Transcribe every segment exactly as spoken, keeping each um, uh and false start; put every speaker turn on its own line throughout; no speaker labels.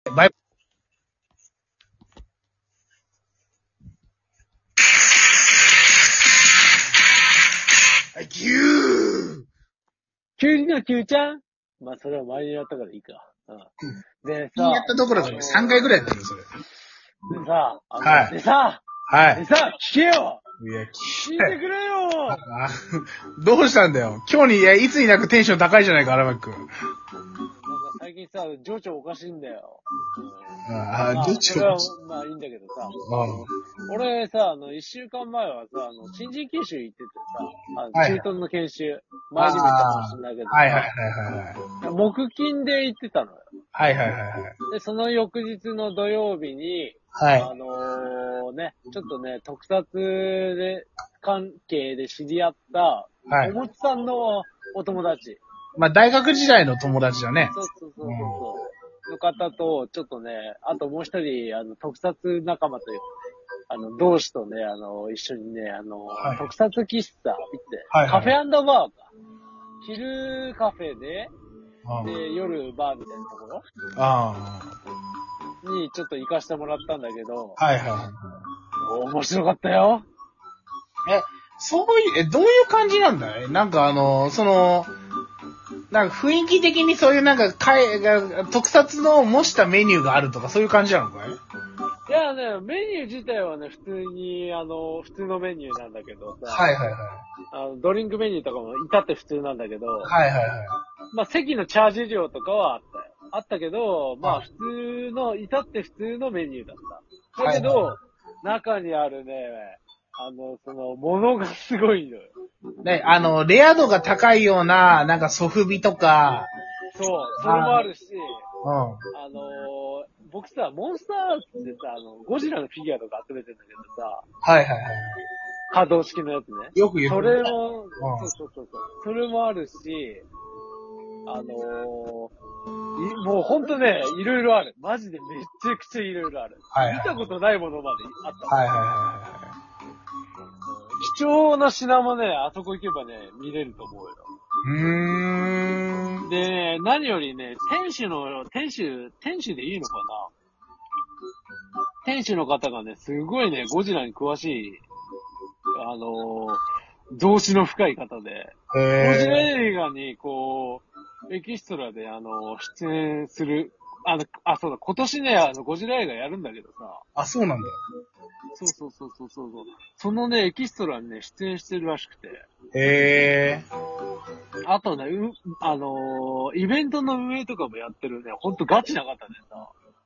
バイバイ。キュー
急にの急ちゃんまあ、それは前にやったからいいか。うん。でさ、
やったところがさんかいぐらいやってるよ、それ。
でさ、あの、
はい
でさ、
はい。
でさ、聞けよ
いや、
聞いてくれよ
あどうしたんだよ。今日に、いや、いつになくテンション高いじゃないか、荒牧くん。
なんか最近さ、情緒おかしいんだよ。うん、
ああ、
まあ、
どっち
それは
か。
まあいいんだけどさ、
あ
あの俺さ、あの、一週間前はさ、あの、新人研修行っててさ、あの、
はい
中東の研修、前にも言ったかもしれないけどさ、
はいはいはいはいはい。
木金で行ってたのよ。
はいはいはいはい。
で、その翌日の土曜日に、
はい
あのー、ね、ちょっとね、特撮で、関係で知り合った、
はい
おもちさんのお友達。
まあ、大学時代の友達だね。
そうそうそうそうそう。の方と、ちょっとね、あともう一人、あの、特撮仲間というか、あの、同志とね、あの、一緒にね、あの、
はい
特撮喫茶行って、
はいはい
カフェ&バーか。昼カフェで、
あ
で、夜バーみたいなところ
あ
にちょっと行かしてもらったんだけど、
あ。はいはいはい。
面白かったよ。
え、そういう、え、どういう感じなんだいなんかあの、その、なんか雰囲気的にそういうなんか、かいが特撮の模したメニューがあるとかそういう感じなのかい
いやね、メニュー自体はね、普通に、あの、普通のメニューなんだけどさ、
はいはいはい。
あのドリンクメニューとかも至って普通なんだけど、
はいはいはい。
まあ席のチャージ料とかはあったよ。あったけど、まあ
あ
普通の、至って普通のメニューだった。だけど、
はいはい
中にあるね、あの、その、ものがすごいのよ。
ね、あの、レア度が高いような、なんかソフビとか、
そう、それもあるし、
うん。
あのー、僕さ、モンスターアーツでさ、あの、ゴジラのフィギュアとか集めてんだけどさ、
はいはいはい。
可動式のやつね。
よく言って
そ
る
れも、
うん
そうそうそうそう。それもあるし、あのー、いもうほんとね、いろいろある。マジでめちゃくちゃいろいろある。
はいはい
見たことないものまであった。
はいはいは
貴重な品もね、あそこ行けばね、見れると思うよ。
いはい。うーん。
でね、何よりね、店主の、店主、店主でいいのかな店主の方がね、すごいね、ゴジラに詳しい、あのー、動詞の深い方で、ゴジラ
へ
映画に、こう、エキストラで、あの、出演する、あの、あ、そうだ、今年ね、あの、ゴジラ映画やるんだけどさ、
あ、そうなんだ。
そうそうそうそうそう、そのね、エキストラにね、出演してるらしくて、
へえ。
あとね、う、あのー、イベントの運営とかもやってるね、ほんとガチな方でさ、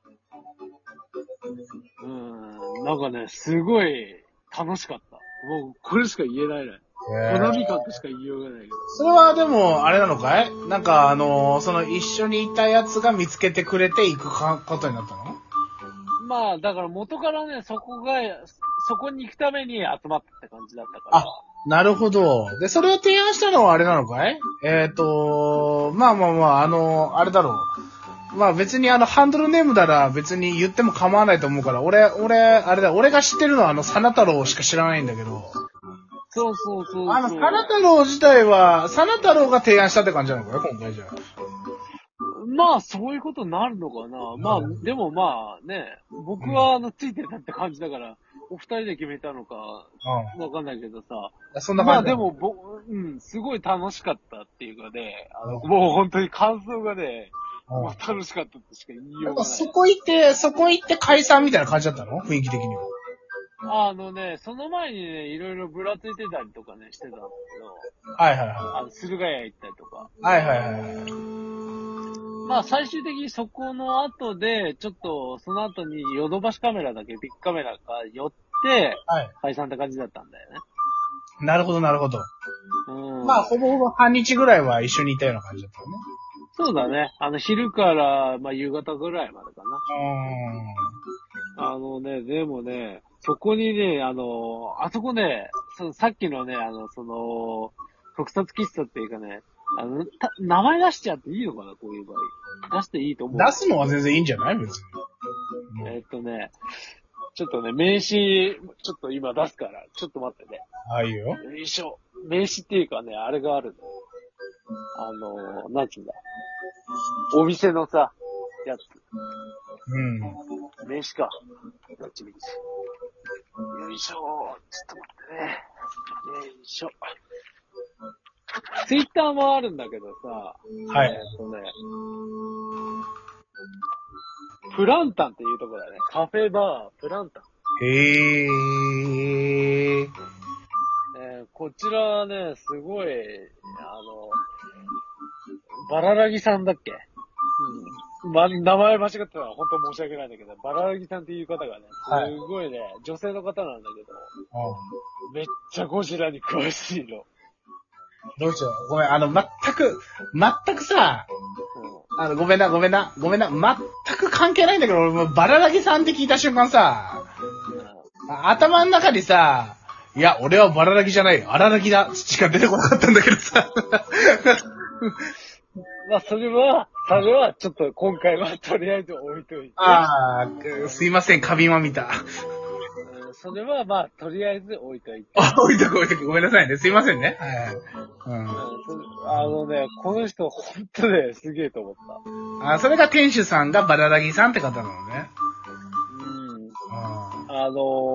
うーん、なんかね、すごい楽しかった。もう、これしか言えないね。
へー
好み感としか言いようがないけど。
それはでも、あれなのかいなんかあの、その一緒にいたやつが見つけてくれて行くかことになったの
まあ、だから元からね、そこが、そこに行くために集まったって感じだったから。
あ、なるほど。で、それを提案したのはあれなのかいえっ、と、まあまあまあ、あの、あれだろう。まあ別にあの、ハンドルネームなら別に言っても構わないと思うから、俺、俺、あれだ、俺が知ってるのはあの、サナ太郎しか知らないんだけど、
そうそうそうそう。
あの、サナ太郎自体は、サナ太郎が提案したって感じなのかい今回じゃあ。
まあ、そういうことになるのかな。まあ、でもまあね、僕はあの、ついてたって感じだから、お二人で決めたのか、
う
わかんないけどさ。
ん。そんな
まあ
感じだ
でも、ぼ、うん、すごい楽しかったっていうかね、あの、もう本当に感想がね、
うん
もう楽しかったとしか言いよ
なん
うがない。
かそこ行って、そこ行って解散みたいな感じだったの雰囲気的には。
あのね、その前にね、いろいろぶらついてたりとかね、してたんだけど、
はいはいは
あの、駿河屋行ったりとか。
い。はいはいはいはい。
まあ最終的にそこの後で、ちょっと、その後にヨドバシカメラだけ、ビッグカメラが寄って、
はい。
解散って感じだったんだよね。
なるほどなるほど。
うん。
まあ、ほぼほぼ半日ぐらいは一緒にいたような感じだったよね。
そうだね。あの、昼から、まあ夕方ぐらいまでか
う
な。あのね、でもね、そこにね、あの、あそこね、そのさっきのね、あの、その、特撮喫茶っていうかね、あの、た名前出しちゃっていいのかな、こういう場合。出していいと思う。
ん。出すのは全然いいんじゃない別に。
えーっとね、ちょっとね、名刺、ちょっと今出すから、ちょっと待ってね。
ああいうよ。
よいしょ。名刺っていうかね、あれがあるの。あの、なんつうんだ。お店のさ、 やつ。
うん。
名詞か。どっちみち。よいしょー。ちょっと待ってね。よいしょ。ツイッターもあるんだけどさ、
はい。
えーっとね、プランタンっていうところだね。カフェバー、プランタン。
へー。
えー、こちらはね、すごい、あの、バララギさんだっけうん。ま、名前間違ってたら本当申し訳ないんだけど、バララギさんっていう方がね、すごいね、はい、女性の方なんだけど、うん、めっちゃゴジラに詳しいの。
どうしよう。ごめん、あの、全く、全くさ、うん、あの、ごめんな、ごめんな、ごめんな、全く関係ないんだけど、俺もバララギさんって聞いた瞬間さ、うん、頭の中にさ、いや、俺はバララギじゃないよ、アララギだ、しか出てこなかったんだけどさ。
まあ、それは、それは、ちょっと今回はとりあえず置いといて。
ああ、すいません、カビマ見た。
それは、まあ、とりあえず置いといて。
あ、置いとく置いとく。ごめんなさいね。すいませんね。はい。
うん。あのね、この人、ほんとね、すげえと思った。
あ、それが店主さんがバララギさんって方なのね。
うん。あの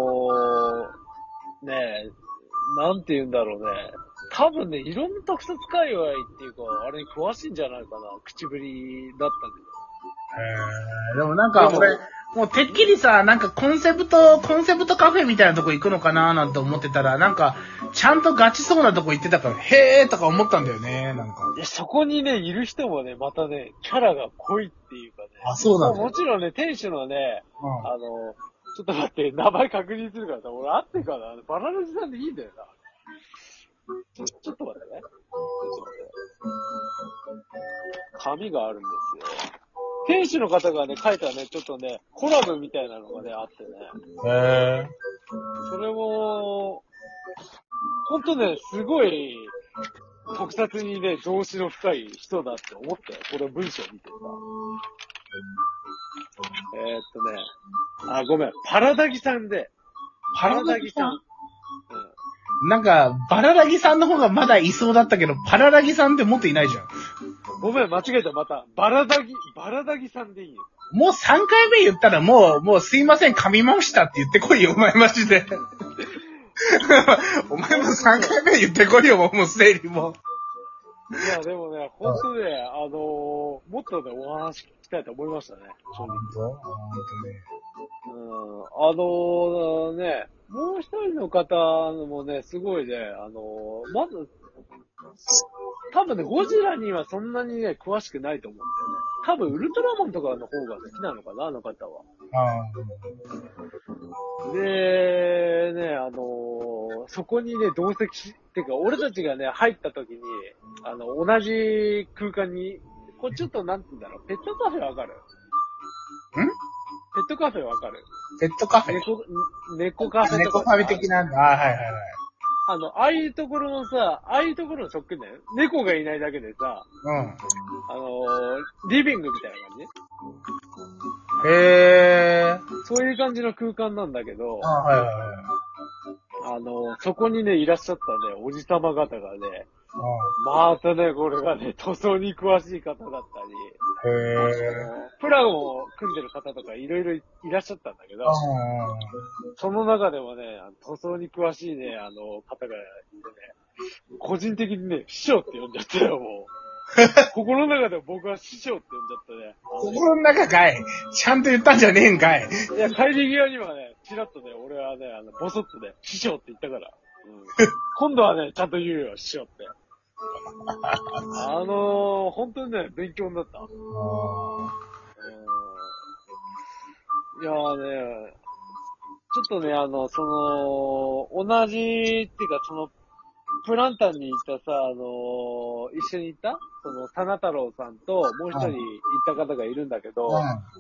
ー、ねえ、なんて言うんだろうね。多分ね、いろんな特撮界隈っていうか、あれに詳しいんじゃないかな。口ぶりだったけ
ど。へー。でもなんか、俺、もうてっきりさ、なんかコンセプト、コンセプトカフェみたいなとこ行くのかなーなんて思ってたら、なんか、ちゃんとガチそうなとこ行ってたから、へーとか思ったんだよね、なんか。
いや、そこにね、いる人もね、またね、キャラが濃いっていうかね。
あ、そうなんだ。
もちろんね、店主のね、うん、あの、ちょっと待って、名前確認するからさ、俺会ってかな、バララジさんでいいんだよな。ちょ、ちょっと待ってね。ちょっと待って。紙があるんですよ。店主の方がね、書いたね、ちょっとね、コラムみたいなのがね、あってね。
へー。
それも、ほんとね、すごい、特撮にね、増資の深い人だって思ったよ。これ文章見てさ。えー、っとね、あ、ごめん、パラダギさんで。
パラダギさん、うん、なんか、バララギさんの方がまだいそうだったけど、パララギさんってもっといないじゃん。
ごめん、間違えた、また。バラダギ、バラダギさんでいいよ。
もうさんかいめ言ったらもう、もうすいません、噛みましたって言ってこいよ、お前マジで。お前もさんかいめ言ってこいよ、もう整理も。
いや、でもね、ほんとね、あのー、もっとね、お話聞きたいと思いましたね。
正直。ほんとね。
うん、あのー、ね、もう一人の方もね、すごいね、あのー、まず、多分ね、ゴジラにはそんなにね、詳しくないと思うんだよね。多分、ウルトラマンとかの方が好きなのかな、あの方は。で、ね、あのー、そこにね、同席し、てか、俺たちがね、入った時に、あの、同じ空間に、これちょっとなんて言うんだろう、ペットカフェわかる？ん？ペットカフェわかる？
ペットカフェ？
猫、猫カフェとか。
猫カフェ的な、あ、はいはいはい。
あの、ああいうところのさ、ああいうところのショックね、猫がいないだけでさ、
うん。
あのー、リビングみたいな感じね。
へー。
そういう感じの空間なんだけど、
あ、はいはいはい。
あのー、そこにね、いらっしゃったね、おじさま方がね、またね、これがね、塗装に詳しい方だったり、
へー。
プランを組んでる方とかいろいろいらっしゃったんだけど、その中でもね、塗装に詳しいね、あの方がいてね、個人的にね、師匠って呼んじゃったよ、もう。心の中で僕は師匠って呼んじゃったね。
心の中かい。ちゃんと言ったんじゃねえんかい。
いや、帰り際にはね、ちらっとね、俺はね、あの、ボソッとね、師匠って言ったから。うん、今度はね、ちゃんと言うよ、師匠って。あのー、本当にね、勉強になった。うん、いやーね、ちょっとね、あの、その、同じ、っていうか、その、プランタンに行ったさ、あのー、一緒に行ったその、タナ太郎さんと、もう一人行った方がいるんだけど、うん、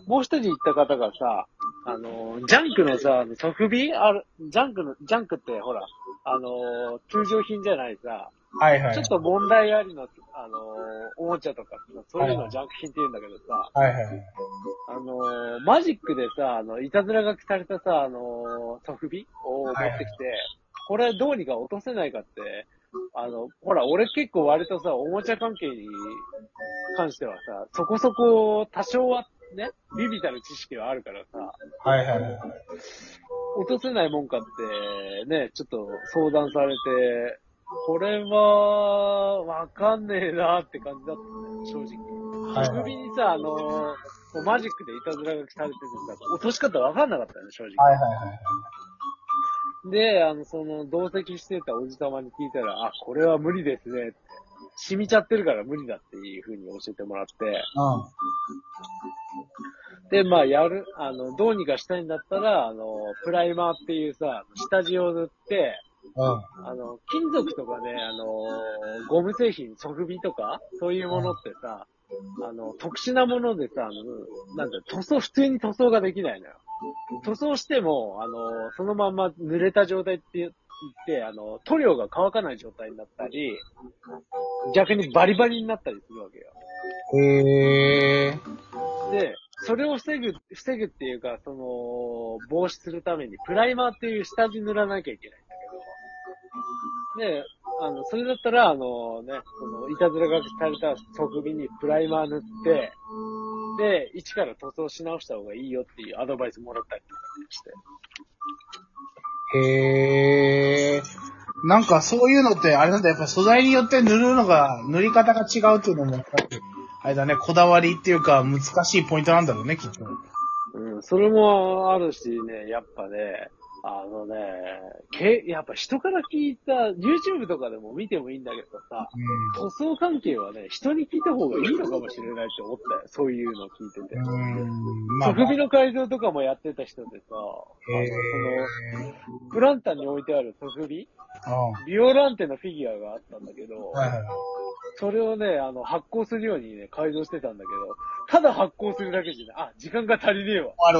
もう一人行った方がさ、あのー、ジャンクのさ、ソフビある、ジャンクの、ジャンクってほら、あのー、通常品じゃないさ、
はいはい。
ちょっと問題ありの、あのー、おもちゃとか、そういうのをジャンク品って言うんだけどさ、
はいはい。
あのー、マジックでさ、あの、いたずら書きされたさ、あのー、ソフビを持ってきて、はいはい、これどうにか落とせないかって、あの、ほら、俺結構割とさ、おもちゃ関係に関してはさ、そこそこ多少はね、ビビたる知識はあるからさ、
はいはいはい。
落とせないもんかって、ね、ちょっと相談されて、これは、わかんねえなって感じだったね、正直。
はい
首にさ、あのー、こうマジックでいたずら書きされててさ、落とし方わかんなかったよね、正直。
はいはいはいはい。
で、あの、その、同席してたおじさまに聞いたら、あ、これは無理ですねって。染みちゃってるから無理だっていう風に教えてもらって。で、まあ、やる、あの、どうにかしたいんだったら、あの、プライマーっていうさ、下地を塗って、
うん。うん。
あの、金属とかね、あの、ゴム製品、ソフビとか、そういうものってさ、あの、特殊なものでさ、あの、なんだ、塗装、普通に塗装ができないのよ。塗装しても、あの、そのまんま濡れた状態って言って、あの、塗料が乾かない状態になったり、逆にバリバリになったりするわけよ。
へー。
で、それを防ぐ、防ぐっていうか、その、防止するために、プライマーっていう下地塗らなきゃいけないんだけど、で、あの、それだったら、あのね、その、いたずら書きされた側面にプライマー塗って、で、一から塗装し直した方がいいよっていうアドバイスもらったりとかして。
へー。なんかそういうのって、あれなんだ、やっぱ素材によって塗るのが、塗り方が違うっていうのも、あれだね、こだわりっていうか難しいポイントなんだろうね、きっと。
うん、それもあるしね、やっぱね、あのね、け、やっぱ人から聞いた、YouTube とかでも見てもいいんだけどさ、塗装関係はね、人に聞いた方がいいのかもしれないって思ったよ。そういうの聞いてて。
うん。うーん。まあ、
ソフビの改造とかもやってた人でさ、あ
へ
の、その、プランターに置いてあるソフビ、
ー。
ビオランテのフィギュアがあったんだけど、
はいはいはい。
それをね、あの、発光するようにね、改造してたんだけど、ただ発光するだけじゃない。あ、時間が足りねえわ。